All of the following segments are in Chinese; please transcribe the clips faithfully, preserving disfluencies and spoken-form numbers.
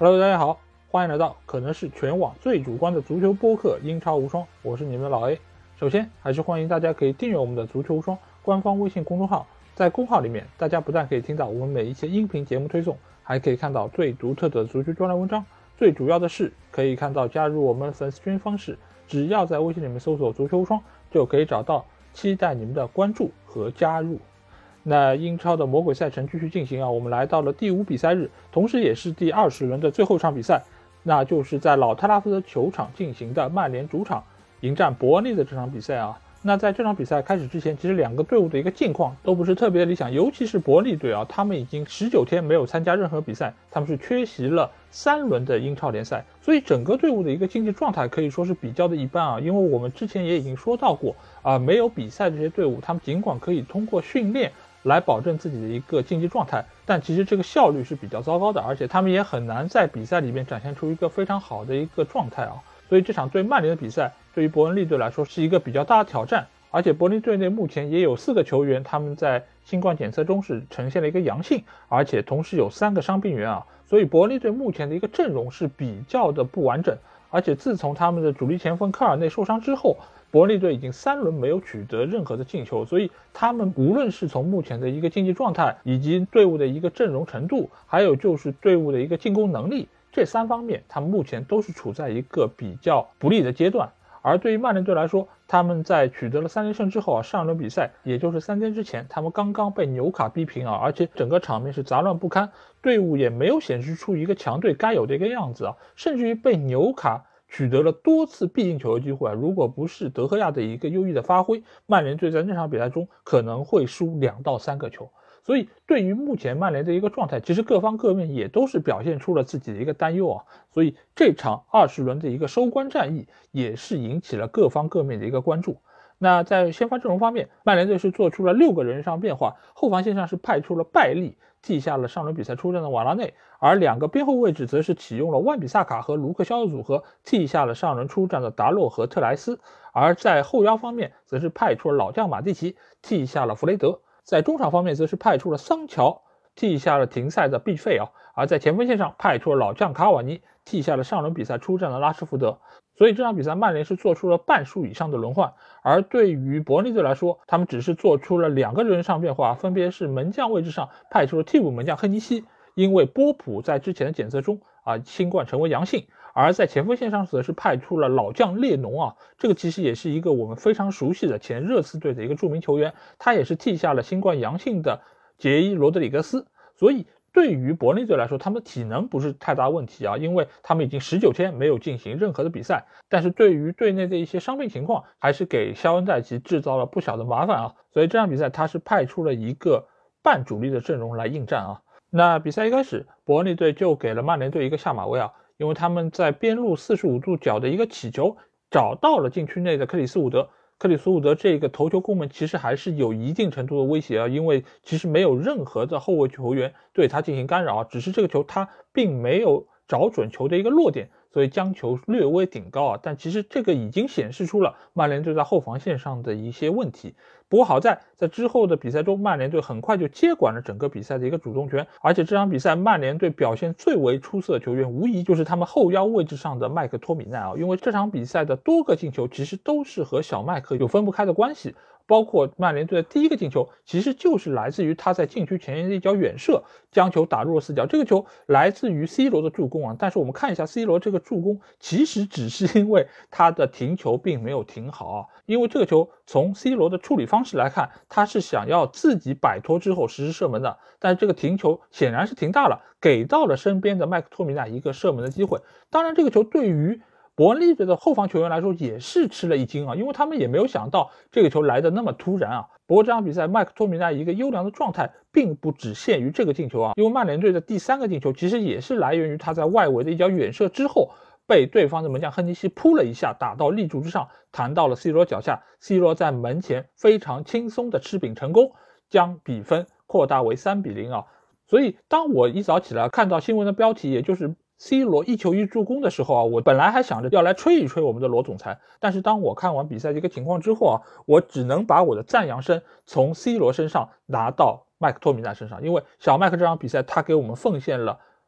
Hello， 大家好，欢迎来到可能是全网最主观的足球播客英超无双，我是你们的老 A。首先还是欢迎大家可以订阅我们的足球无双官方微信公众号，在公号里面大家不但可以听到我们每一期音频节目推送，还可以看到最独特的足球专栏文章，最主要的是可以看到加入我们粉丝群方式，只要在微信里面搜索足球无双就可以找到，期待你们的关注和加入。那英超的魔鬼赛程继续进行啊，我们来到了第五比赛日，同时也是第二十轮的最后一场比赛，那就是在老特拉福德球场进行的曼联主场迎战伯恩利的这场比赛啊。那在这场比赛开始之前，其实两个队伍的一个境况都不是特别的理想，尤其是伯恩利队啊，他们已经十九天没有参加任何比赛，他们是缺席了三轮的英超联赛，所以整个队伍的一个竞技状态可以说是比较的一般啊。因为我们之前也已经说到过啊，没有比赛这些队伍，他们尽管可以通过训练来保证自己的一个竞技状态，但其实这个效率是比较糟糕的，而且他们也很难在比赛里面展现出一个非常好的一个状态啊。所以这场对曼联的比赛对于伯恩利队来说是一个比较大的挑战，而且伯恩利队内目前也有四个球员他们在新冠检测中是呈现了一个阳性，而且同时有三个伤病员啊，所以伯恩利队目前的一个阵容是比较的不完整，而且自从他们的主力前锋科尔内受伤之后，伯恩利队已经三轮没有取得任何的进球，所以他们无论是从目前的一个竞技状态，以及队伍的一个阵容程度，还有就是队伍的一个进攻能力，这三方面他们目前都是处在一个比较不利的阶段。而对于曼联队来说，他们在取得了三连胜之后啊，上一轮比赛也就是三天之前，他们刚刚被纽卡逼平啊，而且整个场面是杂乱不堪，队伍也没有显示出一个强队该有的一个样子啊，甚至于被纽卡取得了多次必进球的机会啊，如果不是德赫亚的一个优异的发挥，曼联队在那场比赛中可能会输两到三个球。所以对于目前曼联的一个状态，其实各方各面也都是表现出了自己的一个担忧啊。所以这场二十轮的一个收官战役也是引起了各方各面的一个关注。那在先发阵容方面，曼联队是做出了六个人上变化，后防线上是派出了拜利替下了上轮比赛出战的瓦拉内，而两个边后位置则是启用了万比萨卡和卢克肖的组合，替下了上轮出战的达洛和特莱斯，而在后腰方面则是派出了老将马蒂奇替下了弗雷德，在中场方面则是派出了桑乔替下了停赛的毕费啊，而在前锋线上派出了老将卡瓦尼替下了上轮比赛出战的拉什福德。所以这场比赛曼联是做出了半数以上的轮换，而对于伯恩利队来说，他们只是做出了两个人上变化，分别是门将位置上派出了替补门将亨尼西，因为波普在之前的检测中啊新冠成为阳性，而在前锋线上则是派出了老将列侬啊，这个其实也是一个我们非常熟悉的前热刺队的一个著名球员，他也是替下了新冠阳性的杰伊罗德里格斯。所以对于伯恩利队来说，他们体能不是太大问题啊，因为他们已经十九天没有进行任何的比赛，但是对于队内的一些伤病情况，还是给肖恩戴奇制造了不小的麻烦啊。所以这场比赛他是派出了一个半主力的阵容来应战啊。那比赛一开始，伯恩利队就给了曼联队一个下马威啊，因为他们在边路四十五度角的一个起球找到了禁区内的克里斯伍德，克里斯伍德这个头球攻门其实还是有一定程度的威胁啊，因为其实没有任何的后卫球员对他进行干扰啊，只是这个球他并没有找准球的一个落点，所以将球略微顶高啊，但其实这个已经显示出了曼联队在后防线上的一些问题。不过好在在之后的比赛中，曼联队很快就接管了整个比赛的一个主动权，而且这场比赛曼联队表现最为出色的球员无疑就是他们后腰位置上的麦克托米奈啊，因为这场比赛的多个进球其实都是和小麦克有分不开的关系，包括曼联队的第一个进球其实就是来自于他在禁区前沿的一脚远射将球打入了死角，这个球来自于 C 罗的助攻啊，但是我们看一下 C 罗这个助攻其实只是因为他的停球并没有停好啊，因为这个球从 C 罗的处理方式来看，他是想要自己摆脱之后实施射门的，但是这个停球显然是停大了，给到了身边的麦克托米奈一个射门的机会。当然这个球对于伯恩利队的后防球员来说也是吃了一惊啊，因为他们也没有想到这个球来的那么突然啊。不过这场比赛麦克托米奈一个优良的状态并不只限于这个进球啊，因为曼联队的第三个进球其实也是来源于他在外围的一脚远射之后被对方的门将亨尼西扑了一下打到立柱之上，弹到了 C 罗脚下， C 罗在门前非常轻松的吃饼成功，将比分扩大为三比零啊。所以当我一早起来看到新闻的标题，也就是 C 罗一球一助攻的时候啊，我本来还想着要来吹一吹我们的罗总裁，但是当我看完比赛的一个情况之后啊，我只能把我的赞扬声从 C 罗身上拿到麦克托米奈身上，因为小麦克这场比赛他给我们奉献了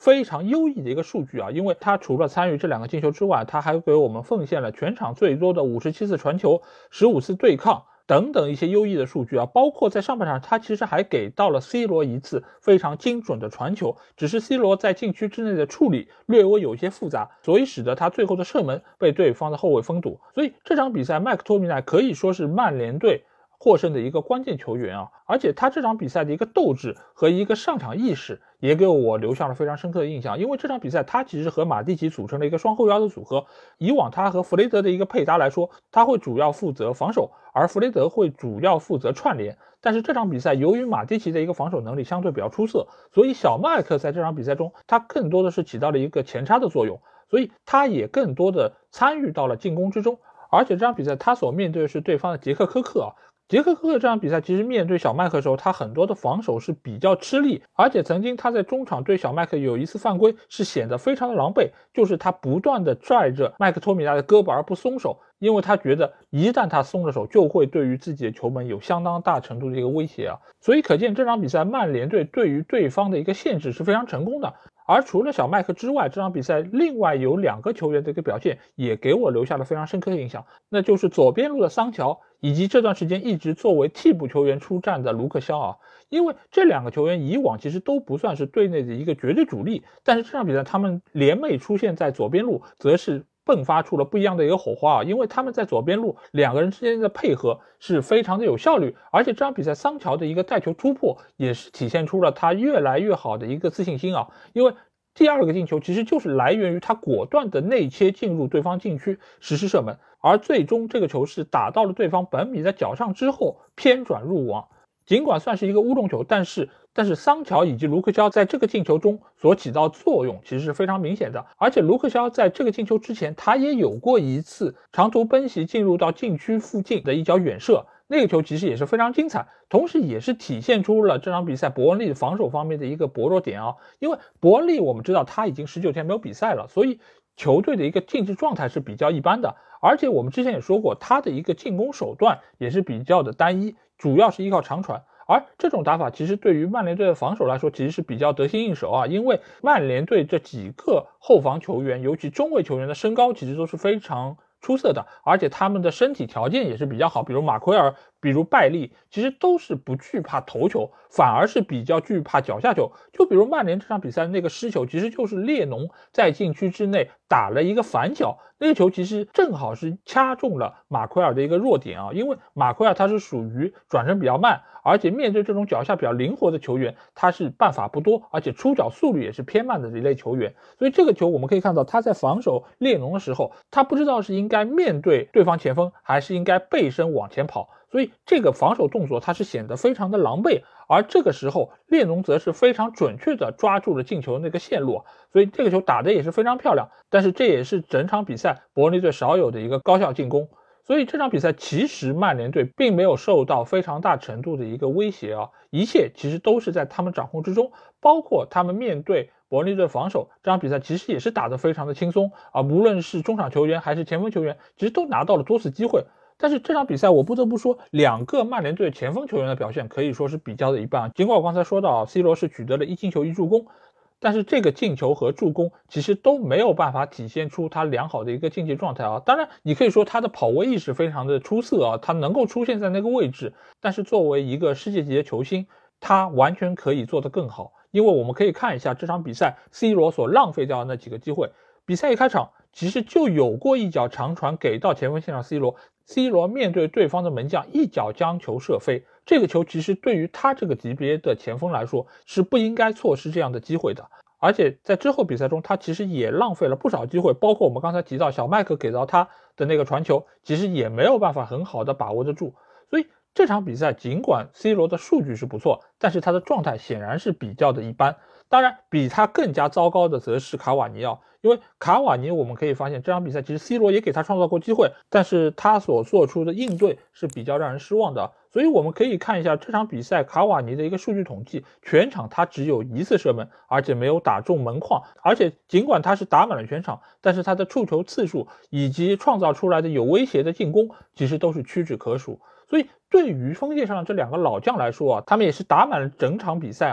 非常优异的一个数据啊，因为他除了参与这两个进球之外，他还给我们奉献了全场最多的五十七次传球、十五次对抗等等一些优异的数据啊，包括在上半场他其实还给到了 C 罗一次非常精准的传球，只是 C 罗在禁区之内的处理略微有些复杂，所以使得他最后的射门被对方的后卫封堵。所以这场比赛麦克托米奈可以说是曼联队获胜的一个关键球员啊，而且他这场比赛的一个斗志和一个上场意识也给我留下了非常深刻的印象，因为这场比赛他其实和马蒂奇组成了一个双后腰的组合，以往他和弗雷德的一个配搭来说，他会主要负责防守，而弗雷德会主要负责串联，但是这场比赛由于马蒂奇的一个防守能力相对比较出色，所以小麦克在这场比赛中他更多的是起到了一个前插的作用，所以他也更多的参与到了进攻之中，而且这场比赛他所面对的是对方的杰克科克啊，杰克科克这场比赛其实面对小麦克的时候，他很多的防守是比较吃力，而且曾经他在中场对小麦克有一次犯规是显得非常的狼狈，就是他不断的拽着麦克托米奈的胳膊而不松手，因为他觉得一旦他松了手就会对于自己的球门有相当大程度的一个威胁啊，所以可见这场比赛曼联队对于对方的一个限制是非常成功的。而除了小麦克之外，这场比赛另外有两个球员的一个表现也给我留下了非常深刻的印象，那就是左边路的桑乔以及这段时间一直作为替补球员出战的卢克肖啊，因为这两个球员以往其实都不算是队内的一个绝对主力，但是这场比赛他们联袂出现在左边路，则是迸发出了不一样的一个火花啊！因为他们在左边路两个人之间的配合是非常的有效率，而且这场比赛桑乔的一个带球突破也是体现出了他越来越好的一个自信心啊！因为第二个进球其实就是来源于他果断的内切进入对方禁区实施射门，而最终这个球是打到了对方本米的脚上之后偏转入网，尽管算是一个乌龙球，但是但是桑乔以及卢克肖在这个进球中所起到作用其实是非常明显的，而且卢克肖在这个进球之前他也有过一次长途奔袭进入到禁区附近的一脚远射，那个球其实也是非常精彩，同时也是体现出了这场比赛伯恩利防守方面的一个薄弱点啊，因为伯恩利我们知道他已经十九天没有比赛了，所以球队的一个竞技状态是比较一般的，而且我们之前也说过他的一个进攻手段也是比较的单一，主要是依靠长传，而这种打法其实对于曼联队的防守来说其实是比较得心应手啊，因为曼联队这几个后防球员尤其中卫球员的身高其实都是非常出色的，而且他们的身体条件也是比较好，比如马奎尔，比如拜利，其实都是不惧怕头球，反而是比较惧怕脚下球，就比如曼联这场比赛那个失球其实就是列侬在禁区之内打了一个反脚，那个球其实正好是掐中了马奎尔的一个弱点啊，因为马奎尔他是属于转身比较慢，而且面对这种脚下比较灵活的球员他是办法不多，而且出脚速率也是偏慢的一类球员，所以这个球我们可以看到他在防守列侬的时候，他不知道是应该面对对方前锋还是应该背身往前跑，所以这个防守动作它是显得非常的狼狈，而这个时候列侬则是非常准确的抓住了进球的那个线路，所以这个球打得也是非常漂亮，但是这也是整场比赛伯恩利队少有的一个高效进攻，所以这场比赛其实曼联队并没有受到非常大程度的一个威胁啊，一切其实都是在他们掌控之中，包括他们面对伯恩利队防守，这场比赛其实也是打得非常的轻松啊，无论是中场球员还是前锋球员其实都拿到了多次机会，但是这场比赛我不得不说两个曼联队前锋球员的表现可以说是比较的一般，尽管我刚才说到 C 罗是取得了一进球一助攻，但是这个进球和助攻其实都没有办法体现出他良好的一个竞技状态啊。当然你可以说他的跑位意识非常的出色啊，他能够出现在那个位置，但是作为一个世界级的球星他完全可以做得更好，因为我们可以看一下这场比赛 C 罗所浪费掉的那几个机会，比赛一开场其实就有过一脚长传给到前锋线上 C 罗 C 罗面对对方的门将一脚将球射飞，这个球其实对于他这个级别的前锋来说是不应该错失这样的机会的，而且在之后比赛中他其实也浪费了不少机会，包括我们刚才提到小麦克给到他的那个传球其实也没有办法很好的把握得住，所以这场比赛尽管 C 罗的数据是不错，但是他的状态显然是比较的一般，当然比他更加糟糕的则是卡瓦尼奥，因为卡瓦尼我们可以发现这场比赛其实 C 罗也给他创造过机会，但是他所做出的应对是比较让人失望的，所以我们可以看一下这场比赛卡瓦尼的一个数据统计，全场他只有一次射门，而且没有打中门框，而且尽管他是打满了全场，但是他的触球次数以及创造出来的有威胁的进攻其实都是屈指可数，所以对于锋线上这两个老将来说啊，他们也是打满了整场比赛啊，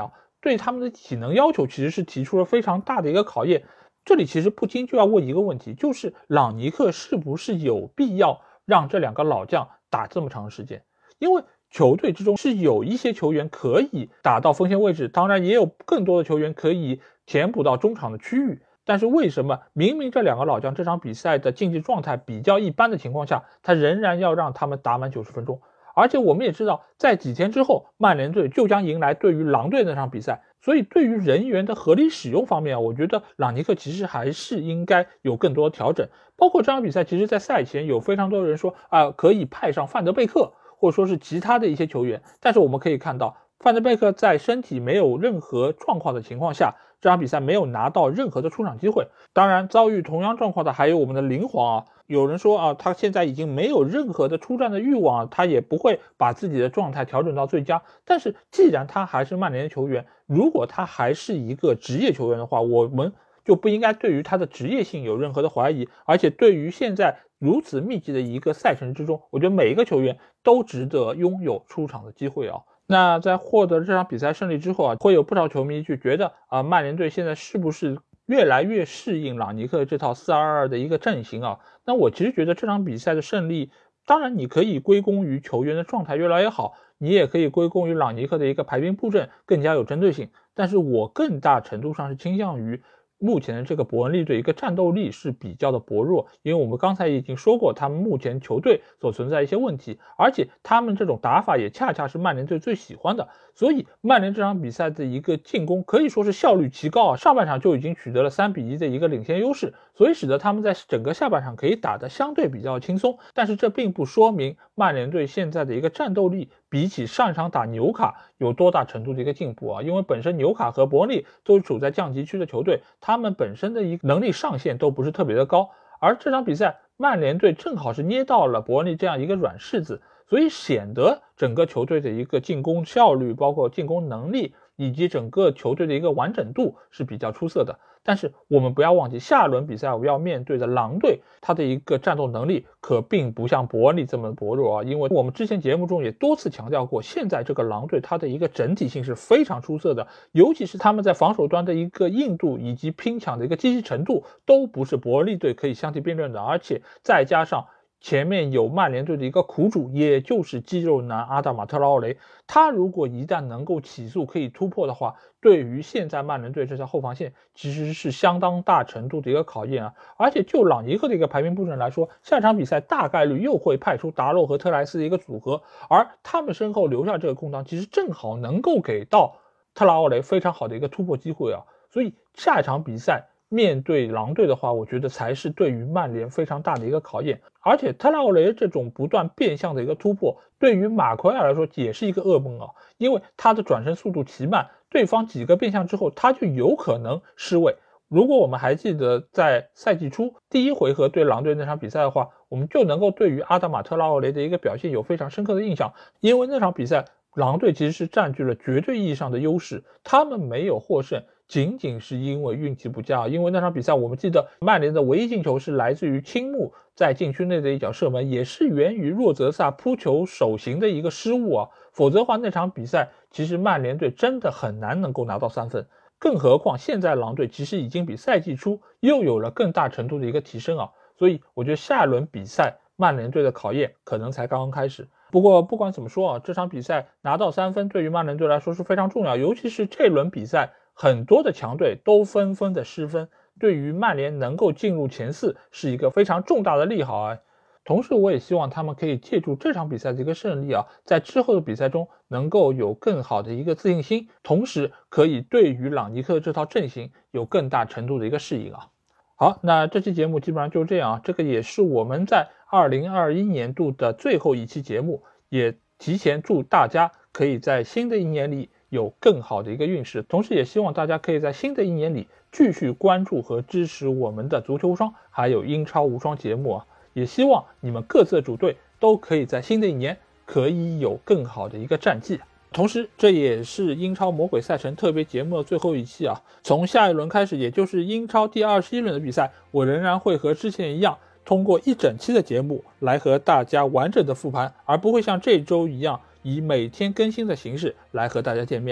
对他们的体能要求其实是提出了非常大的一个考验。这里其实不禁就要问一个问题，就是朗尼克是不是有必要让这两个老将打这么长时间？因为球队之中是有一些球员可以打到锋线位置，当然也有更多的球员可以填补到中场的区域，但是为什么明明这两个老将这场比赛的竞技状态比较一般的情况下，他仍然要让他们打满九十分钟？而且我们也知道，在几天之后曼联队就将迎来对于狼队那场比赛，所以对于人员的合理使用方面，我觉得朗尼克其实还是应该有更多的调整。包括这场比赛，其实在赛前有非常多人说啊、呃，可以派上范德贝克或者说是其他的一些球员，但是我们可以看到范德贝克在身体没有任何状况的情况下，这场比赛没有拿到任何的出场机会。当然遭遇同样状况的还有我们的林皇啊，有人说啊，他现在已经没有任何的出战的欲望，他也不会把自己的状态调整到最佳。但是既然他还是曼联的球员，如果他还是一个职业球员的话，我们就不应该对于他的职业性有任何的怀疑。而且对于现在如此密集的一个赛程之中，我觉得每一个球员都值得拥有出场的机会啊。那在获得这场比赛胜利之后啊，会有不少球迷就觉得啊，曼联队现在是不是越来越适应朗尼克这套四二二的一个阵型啊？那我其实觉得这场比赛的胜利，当然你可以归功于球员的状态越来越好，你也可以归功于朗尼克的一个排兵布阵更加有针对性，但是我更大程度上是倾向于目前的这个伯恩利队一个战斗力是比较的薄弱，因为我们刚才已经说过他们目前球队所存在一些问题，而且他们这种打法也恰恰是曼联队最喜欢的，所以曼联这场比赛的一个进攻可以说是效率极高啊，上半场就已经取得了三比一的一个领先优势，所以使得他们在整个下半场可以打得相对比较轻松。但是这并不说明曼联队现在的一个战斗力比起上一场打纽卡有多大程度的一个进步啊，因为本身纽卡和伯恩利都是处在降级区的球队，他们本身的一个能力上限都不是特别的高，而这场比赛曼联队正好是捏到了伯恩利这样一个软柿子，所以显得整个球队的一个进攻效率，包括进攻能力以及整个球队的一个完整度是比较出色的。但是我们不要忘记，下轮比赛我们要面对的狼队，他的一个战斗能力可并不像伯恩利这么薄弱啊，因为我们之前节目中也多次强调过，现在这个狼队他的一个整体性是非常出色的，尤其是他们在防守端的一个硬度以及拼抢的一个积极程度都不是伯恩利队可以相提并论的，而且再加上前面有曼联队的一个苦主，也就是肌肉男阿达马特拉奥雷，他如果一旦能够起速可以突破的话，对于现在曼联队这条后防线其实是相当大程度的一个考验啊。而且就朗尼克的一个排兵布阵来说，下场比赛大概率又会派出达洛和特莱斯的一个组合，而他们身后留下这个空档，其实正好能够给到特拉奥雷非常好的一个突破机会啊。所以下一场比赛面对狼队的话，我觉得才是对于曼联非常大的一个考验。而且特拉奥雷这种不断变向的一个突破，对于马奎尔来说也是一个噩梦啊，因为他的转身速度奇慢，对方几个变向之后他就有可能失位。如果我们还记得在赛季初第一回合对狼队那场比赛的话，我们就能够对于阿达马特拉奥雷的一个表现有非常深刻的印象，因为那场比赛狼队其实是占据了绝对意义上的优势，他们没有获胜仅仅是因为运气不佳。因为那场比赛我们记得曼联的唯一进球是来自于青木在禁区内的一脚射门，也是源于若泽萨扑球手型的一个失误啊，否则的话那场比赛其实曼联队真的很难能够拿到三分。更何况现在狼队其实已经比赛季初又有了更大程度的一个提升啊，所以我觉得下一轮比赛曼联队的考验可能才刚刚开始。不过不管怎么说啊，这场比赛拿到三分对于曼联队来说是非常重要，尤其是这轮比赛很多的强队都纷纷的失分，对于曼联能够进入前四是一个非常重大的利好啊。同时我也希望他们可以借助这场比赛的一个胜利啊，在之后的比赛中能够有更好的一个自信心，同时可以对于朗尼克这套阵型有更大程度的一个适应啊。好，那这期节目基本上就这样啊，这个也是我们在二零二一年度的最后一期节目，也提前祝大家可以在新的一年里有更好的一个运势，同时也希望大家可以在新的一年里继续关注和支持我们的足球无双还有英超无双节目啊，也希望你们各自的主队都可以在新的一年可以有更好的一个战绩。同时这也是英超魔鬼赛程特别节目的最后一期啊，从下一轮开始，也就是英超第二十一轮的比赛，我仍然会和之前一样通过一整期的节目来和大家完整的复盘，而不会像这周一样以每天更新的形式来和大家见面啊。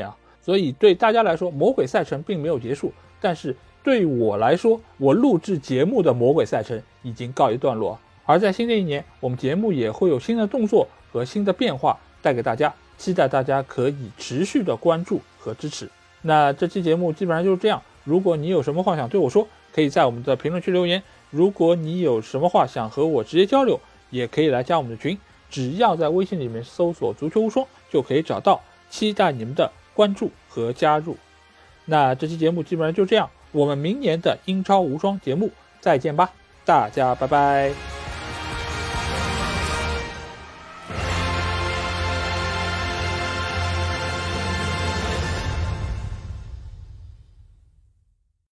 所以对大家来说，魔鬼赛程并没有结束，但是对我来说，我录制节目的魔鬼赛程已经告一段落。而在新的一年，我们节目也会有新的动作和新的变化带给大家，期待大家可以持续的关注和支持。那这期节目基本上就是这样，如果你有什么话想对我说，可以在我们的评论区留言，如果你有什么话想和我直接交流，也可以来加我们的群，只要在微信里面搜索足球无双就可以找到，期待你们的关注和加入。那这期节目基本上就这样，我们明年的英超无双节目再见吧，大家拜拜。